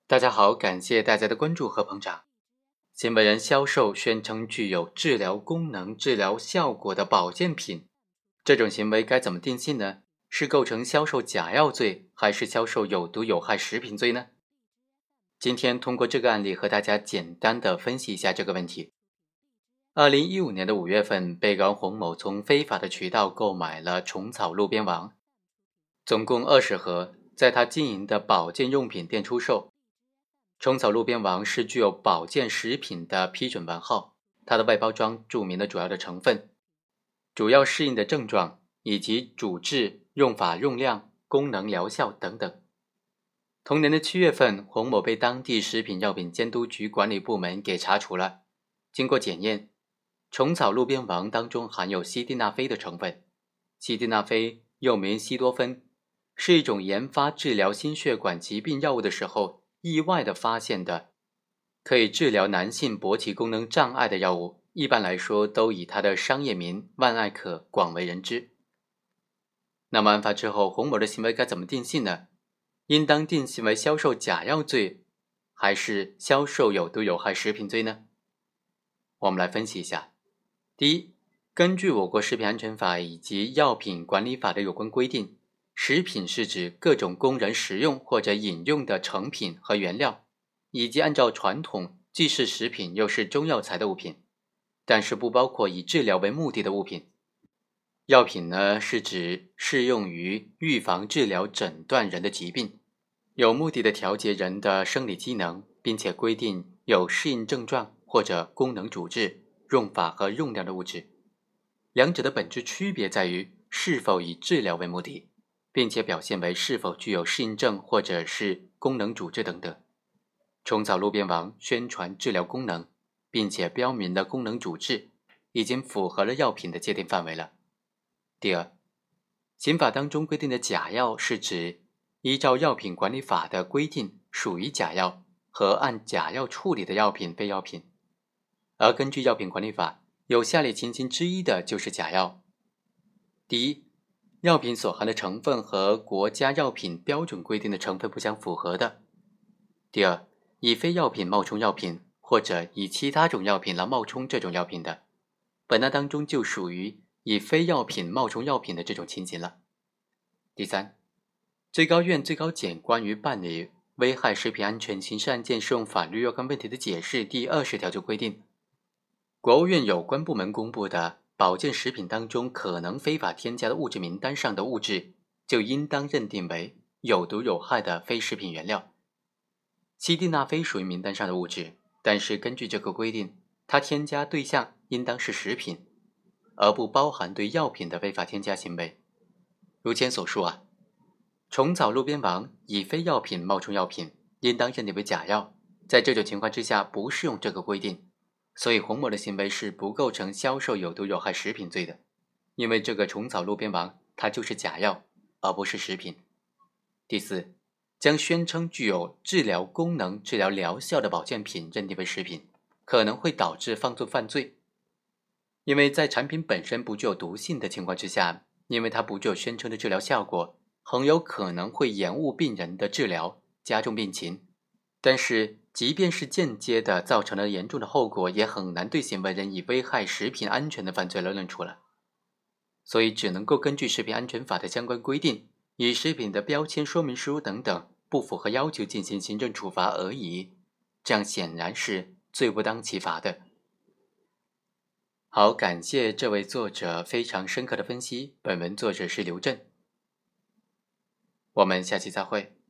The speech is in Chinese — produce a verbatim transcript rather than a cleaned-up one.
大家好，感谢大家的关注和捧场。行为人销售宣称具有治疗功能、治疗效果的保健品，这种行为该怎么定性呢？是构成销售假药罪，还是销售有毒有害食品罪呢？今天通过这个案例和大家简单的分析一下这个问题。二零一五年的五月份，被告人洪某从非法的渠道购买了虫草路边王，总共二十盒，在他经营的保健用品店出售。虫草路边王是具有保健食品的批准完号，它的外包装注明了主要的成分、主要适应的症状以及主治、用法、用量、功能疗效等等。同年的七月份，洪某被当地食品药品监督局管理部门给查处了。经过检验，虫草路边王当中含有西地那非的成分。西地那非又名西多芬，是一种研发治疗心血管疾病药物的时候意外的发现的可以治疗男性勃起功能障碍的药物，一般来说都以它的商业名万艾可广为人知。那么案发之后，洪某的行为该怎么定性呢？应当定性为销售假药罪，还是销售有毒有害食品罪呢？我们来分析一下。第一，根据我国食品安全法以及药品管理法的有关规定，食品是指各种供人食用或者饮用的成品和原料，以及按照传统既是食品又是中药材的物品，但是不包括以治疗为目的的物品。药品呢，是指适用于预防、治疗、诊断人的疾病，有目的的调节人的生理机能，并且规定有适应症状或者功能主治、用法和用量的物质。两者的本质区别在于是否以治疗为目的，并且表现为是否具有适应症或者是功能主治等等。虫草路边王宣传治疗功能，并且标明了功能主治，已经符合了药品的界定范围了。第二，刑法当中规定的假药是指依照药品管理法的规定属于假药和按假药处理的药品、非药品。而根据药品管理法，有下列情形之一的就是假药。第一，药品所含的成分和国家药品标准规定的成分不相符合的。第二，以非药品冒充药品，或者以其他种药品来冒充这种药品的，本案当中就属于以非药品冒充药品的这种情形了。第三，最高院、最高检关于办理危害食品安全刑事案件适用法律若干问题的解释第二十条就规定，国务院有关部门公布的保健食品当中可能非法添加的物质名单上的物质，就应当认定为有毒有害的非食品原料。西地那非属于名单上的物质，但是根据这个规定，它添加对象应当是食品，而不包含对药品的非法添加行为。如前所述啊，虫草路边王以非药品冒充药品，应当认定为假药，在这种情况之下不适用这个规定，所以洪某的行为是不构成销售有毒有害食品罪的，因为这个虫草路边王它就是假药，而不是食品。第四，将宣称具有治疗功能、治疗疗效的保健品认定为食品，可能会导致放纵犯罪。因为在产品本身不具有毒性的情况之下，因为它不具有宣称的治疗效果，很有可能会延误病人的治疗，加重病情。但是即便是间接的造成了严重的后果，也很难对行为人以危害食品安全的犯罪来论处了。所以只能够根据食品安全法的相关规定，以食品的标签、说明书等等不符合要求进行行政处罚而已，这样显然是罪不当其罚的。好，感谢这位作者非常深刻的分析，本文作者是刘震。我们下期再会。